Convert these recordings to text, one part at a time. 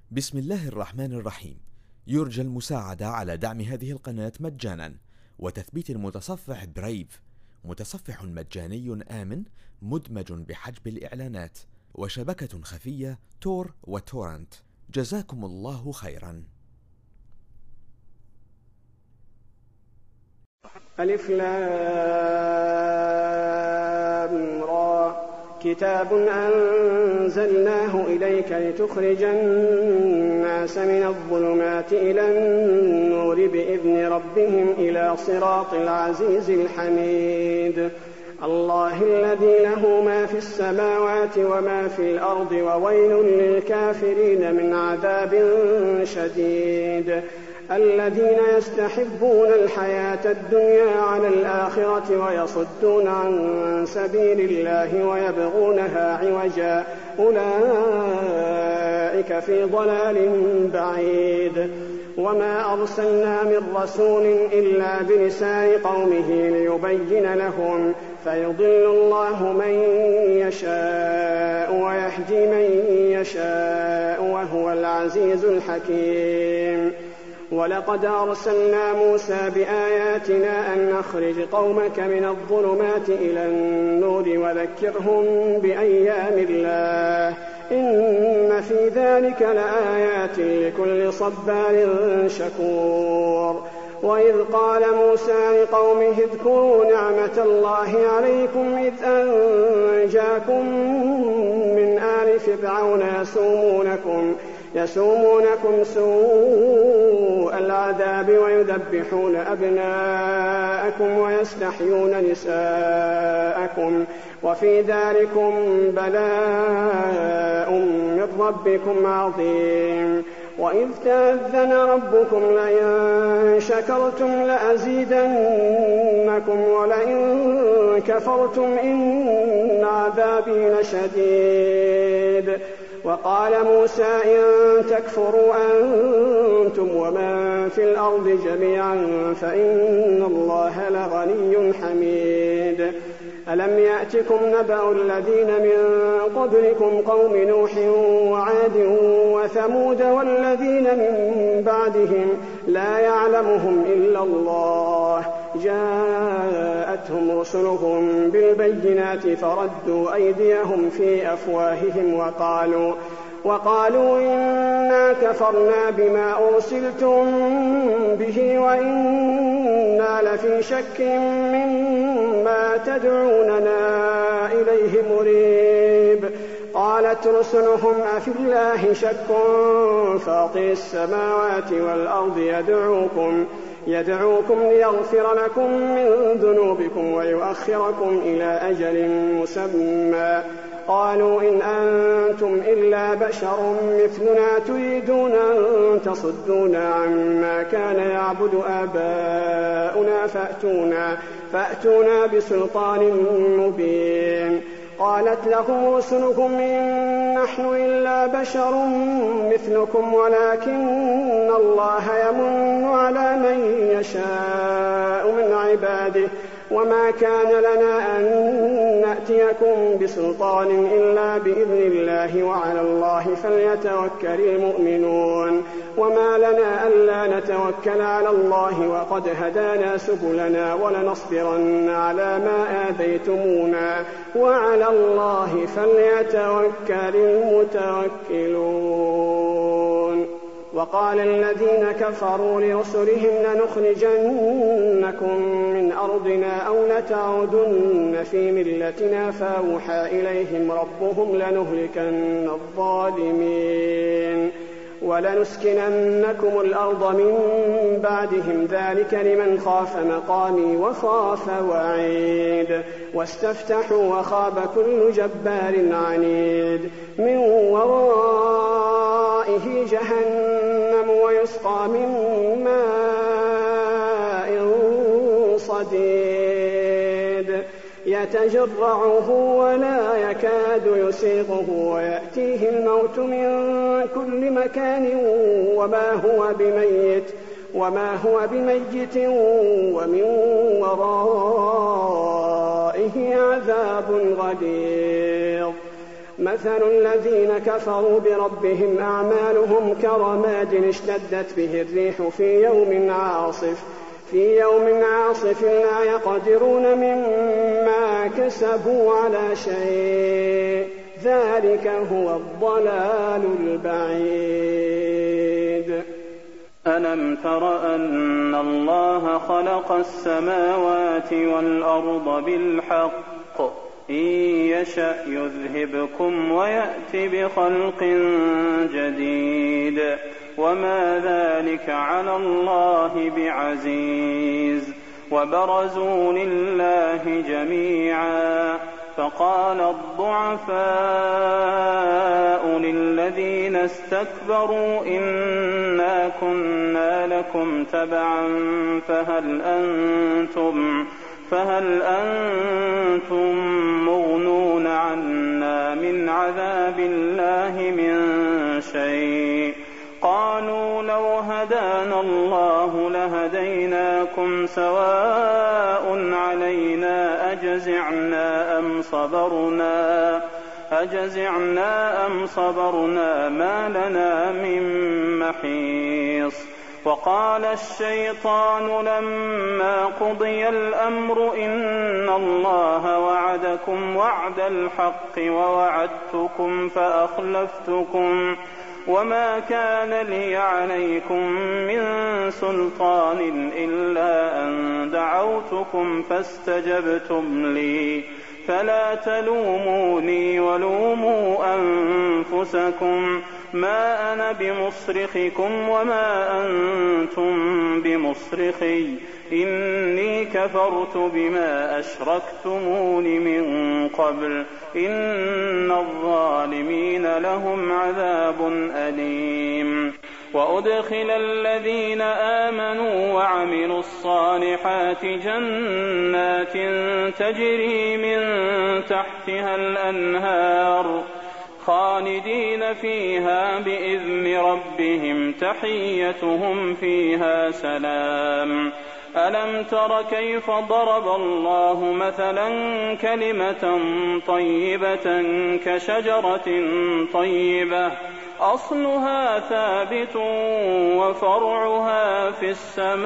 بسم الله الرحمن الرحيم. يرجى المساعدة على دعم هذه القناة مجانا وتثبيت المتصفح برايف، متصفح مجاني آمن مدمج بحجب الإعلانات، وشبكة خفية تور وتورنت. جزاكم الله خيرا. ألف لام را، كتاب أنزلناه إليك لتخرج الناس من الظلمات إلى النور بإذن ربهم إلى صراط العزيز الحميد. الله الذي له ما في السماوات وما في الأرض، وويل للكافرين من عذاب شديد. الذين يستحبون الحياة الدنيا على الآخرة ويصدون عن سبيل الله ويبغونها عوجا، أولئك في ضلال بعيد. وما أرسلنا من رسول إلا بلسان قومه ليبين لهم، فيضل الله من يشاء ويهدي من يشاء وهو العزيز الحكيم. ولقد أرسلنا موسى بآياتنا أن أخرج قومك من الظلمات إلى النور وذكرهم بأيام الله، إن في ذلك لآيات لكل صبار شكور. وإذ قال موسى لقومه اذكروا نعمة الله عليكم إذ أنجاكم من آل فرعون يسومونكم سوء العذاب ويذبحون أبناءكم ويستحيون نساءكم، وفي ذلكم بلاء من ربكم عظيم. وإذ تأذن ربكم لئن شكرتم لأزيدنكم ولئن كفرتم إن عذابي لشديد. وقال موسى إن تكفروا أنتم ومن في الأرض جميعا فإن الله لغني حميد. ألم يأتكم نبأ الذين من قبلكم قوم نوح وعاد وثمود والذين من بعدهم لا يعلمهم إلا الله، جاءتهم رسلهم بالبينات فردوا أيديهم في أفواههم وقالوا إنا كفرنا بما أرسلتم به وإنا لفي شك مما تدعوننا إليه مريب. قالت رسلهم أفي الله شك فاطر السماوات والأرض يدعوكم ليغفر لكم من ذنوبكم ويؤخركم إلى أجل مسمى. قالوا إن أنتم إلا بشر مثلنا تريدون أن تصدونا عما كان يعبد آباؤنا فأتونا بسلطان مبين. قالت لهم رسلهم إن نحن إلا بشر مثلكم ولكن الله يمن على من يشاء من عباده، وما كان لنا أن نأتيكم بسلطان إلا بإذن الله وعلى الله فليتوكل المؤمنون. وما لنا ألا نتوكل على الله وقد هدانا سبلنا ولنصبرن على ما آذيتمونا وعلى الله فليتوكل المتوكلون. وقال الذين كفروا لرسلهم لنخرجنكم من أرضنا أو لتعودن في ملتنا، فأوحى إليهم ربهم لنهلكن الظالمين ولنسكننكم الأرض من بعدهم، ذلك لمن خاف مقامي وخاف وعيد. واستفتحوا وخاب كل جبار عنيد، من ورائه جهنم ويسقى من ماء صديد يتجرعه ولا يكاد يسيغه ويأتيه الموت من كل مكان وما هو بميت ومن ورائه عذاب غليظ. من مثل الذين كفروا بربهم أعمالهم كرماد اشتدت به الريح في يوم عاصف لا يقدرون مما كسبوا على شيء ذلك هو الضلال البعيد. ألم تر أن الله خلق السماوات والأرض بالحق إن يشأ يذهبكم ويأت بخلق جديد وما ذلك على الله بعزيز. وبرزوا لله جميعا فقال الضعفاء للذين استكبروا إنا كنا لكم تبعا فهل أنتم مغنون عنا من عذاب الله من شيء. قالوا لو هدانا الله لهديناكم سواء علينا أجزعنا أم صبرنا ما لنا من محيص. وقال الشيطان لما قضي الأمر إن الله وعدكم وعد الحق ووعدتكم فأخلفتكم وما كان لي عليكم من سلطان إلا أن دعوتكم فاستجبتم لي فلا تلوموني ولوموا أنفسكم ما أنا بمصرخكم وما أنتم بمصرخي إني كفرت بما أشركتمون من قبل إن الظالمين لهم عذاب أليم. وأدخل الذين آمنوا وعملوا الصالحات جنات تجري من تحتها الأنهار خالدين فيها بإذن ربهم تحيتهم فيها سلام. ألم تر كيف ضرب الله مثلا كلمة طيبة كشجرة طيبة أصلها ثابت وفرعها في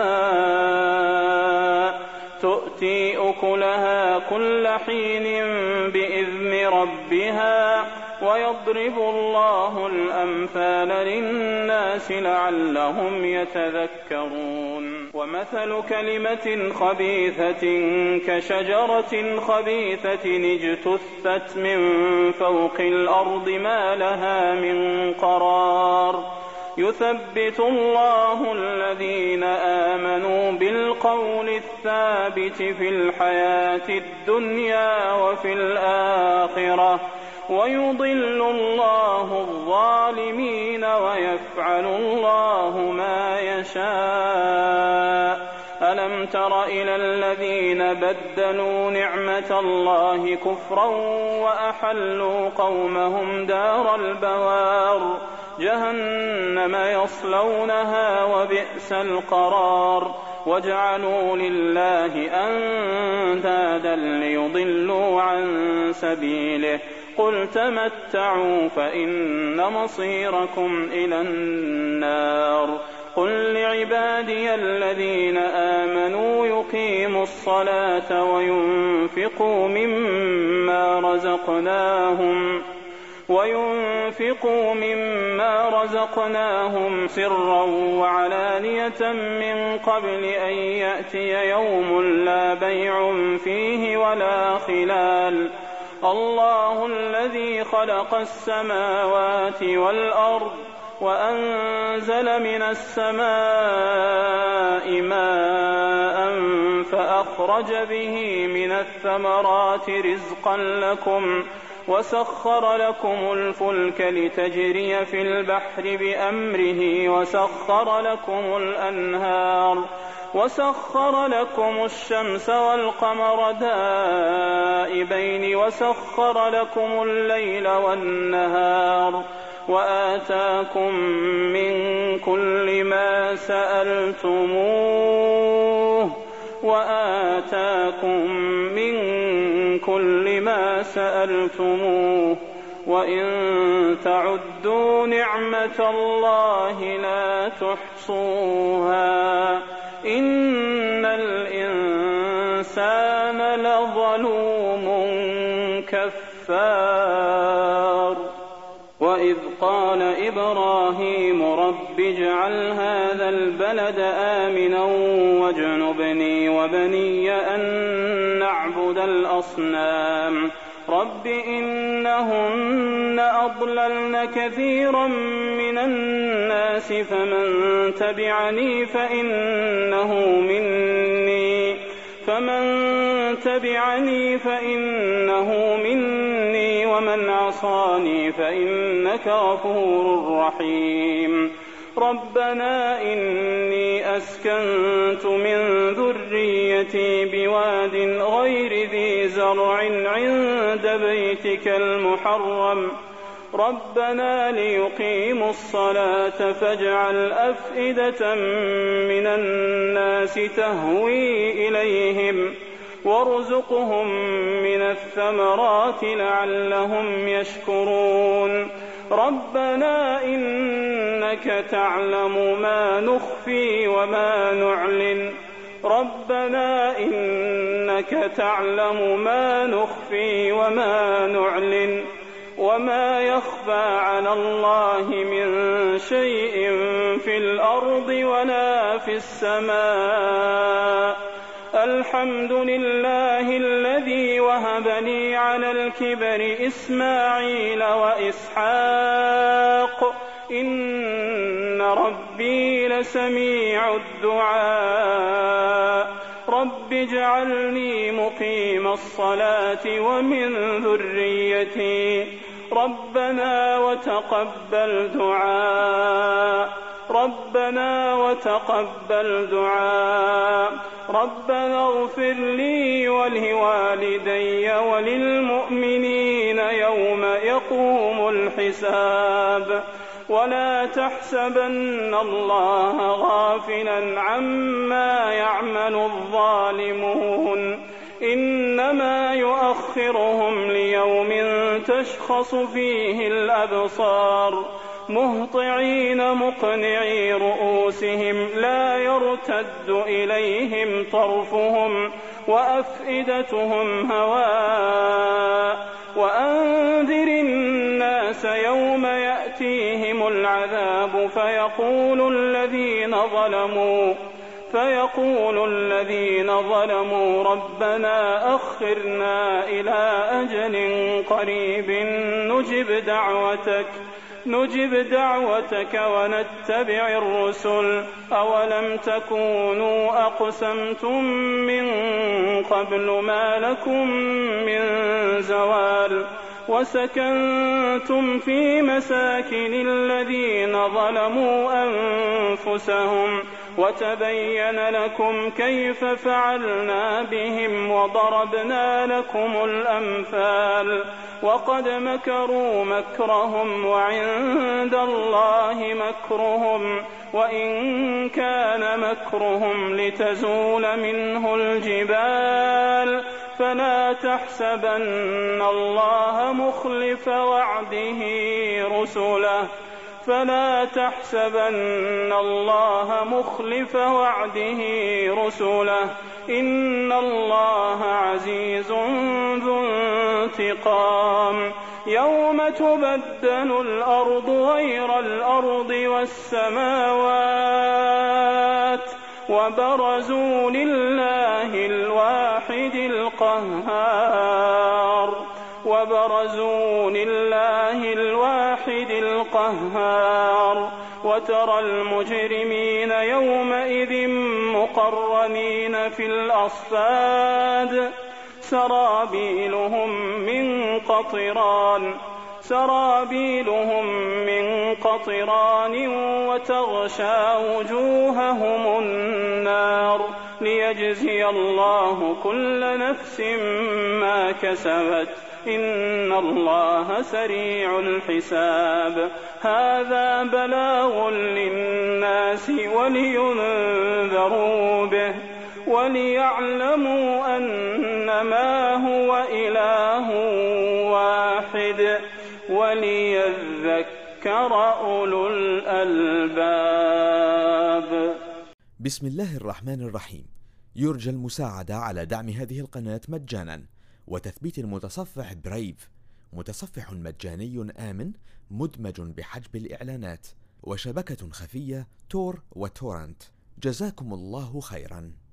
السماء تؤتي أكلها كل حين بإذن ربها ويضرب الله الأمثال للناس لعلهم يتذكرون. ومثل كلمة خبيثة كشجرة خبيثة اجتثت من فوق الأرض ما لها من قرار يثبت الله الذين آمنوا بالقول الثابت في الحياة الدنيا وفي الآخرة ويضل الله الظالمين ويفعل الله ما يشاء. ألم تر إلى الذين بدلوا نعمة الله كفرا وأحلوا قومهم دار البوار جهنم يصلونها وبئس القرار وجعلوا لله أندادا ليضلوا عن سبيله قل تمتعوا فإن مصيركم إلى النار. قل لعبادي الذين آمنوا يقيموا الصلاة وينفقوا مما رزقناهم سرا وعلانية من قبل أن يأتي يوم لا بيع فيه ولا خلال. الله الذي خلق السماوات والأرض وأنزل من السماء ماء فأخرج به من الثمرات رزقا لكم وسخر لكم الفلك لتجري في البحر بأمره وسخر لكم الأنهار وسخر لكم الشمس والقمر دائبين وسخر لكم الليل والنهار وآتاكم من كل ما سألتموه وإن تعدوا نعمة الله لا تحصوها إن الإنسان لظلوم كفار. وإذ قال إبراهيم رب اجعل هذا البلد آمنا واجنبني وبني أن نعبد الأصنام رب إنهن أضللن كثيرا من الناس فمن تبعني فإنه مني ومن عصاني فإنك غفور رحيم. ربنا إني أسكنت من ذريتي بواد غير ذي زرع عند بيتك المحرم ربنا ليقيموا الصلاة فاجعل أفئدة من الناس تهوي إليهم وارزقهم من الثمرات لعلهم يشكرون. ربنا إنك تعلم ما نخفي وما نعلن وما يخفى على الله من شيء في الأرض ولا في السماء. الحمد لله الذي وهب لي على الكبر إسماعيل وإسحاق إن ربي لسميع الدعاء. رب اجعلني مقيم الصلاة ومن ذريتي ربنا وتقبل دعاء. ربنا اغفر لي ولوالدي وللمؤمنين يوم يقوم الحساب. ولا تحسبن الله غافلا عما يعمل الظالمون إنما يؤخرهم ليوم تشخص فيه الأبصار مهطعين مقنعي رؤوسهم لا يرتد إليهم طرفهم وأفئدتهم هواء. وأنذر الناس يوم يأتيهم العذاب فيقول الذين ظلموا ربنا أخرنا إلى أجل قريب نجب دعوتك ونتبع الرسل أولم تكونوا أقسمتم من قبل ما لكم من زوال وسكنتم في مساكن الذين ظلموا أنفسهم وتبين لكم كيف فعلنا بهم وضربنا لكم الأمثال. وقد مكروا مكرهم وعند الله مكرهم وإن كان مكرهم لتزول منه الجبال. فلا تحسبن الله مخلف وعده رسله إن الله عزيز ذو انتقام. يوم تبدل الأرض غير الأرض والسماوات وبرزوا لله الواحد القهار. وترى المجرمين يومئذ مقرنين في الأصفاد سرابيلهم من قطران وتغشى وجوههم النار ليجزي الله كل نفس ما كسبت إن الله سريع الحساب. هذا بلاغ للناس ولينذروا به وليعلموا أنما هو إله واحد ليذكر أولو الألباب. بسم الله الرحمن الرحيم. يرجى المساعدة على دعم هذه القناة مجانا وتثبيت المتصفح برايف، متصفح مجاني آمن مدمج بحجب الإعلانات، وشبكة خفية تور وتورنت. جزاكم الله خيرا.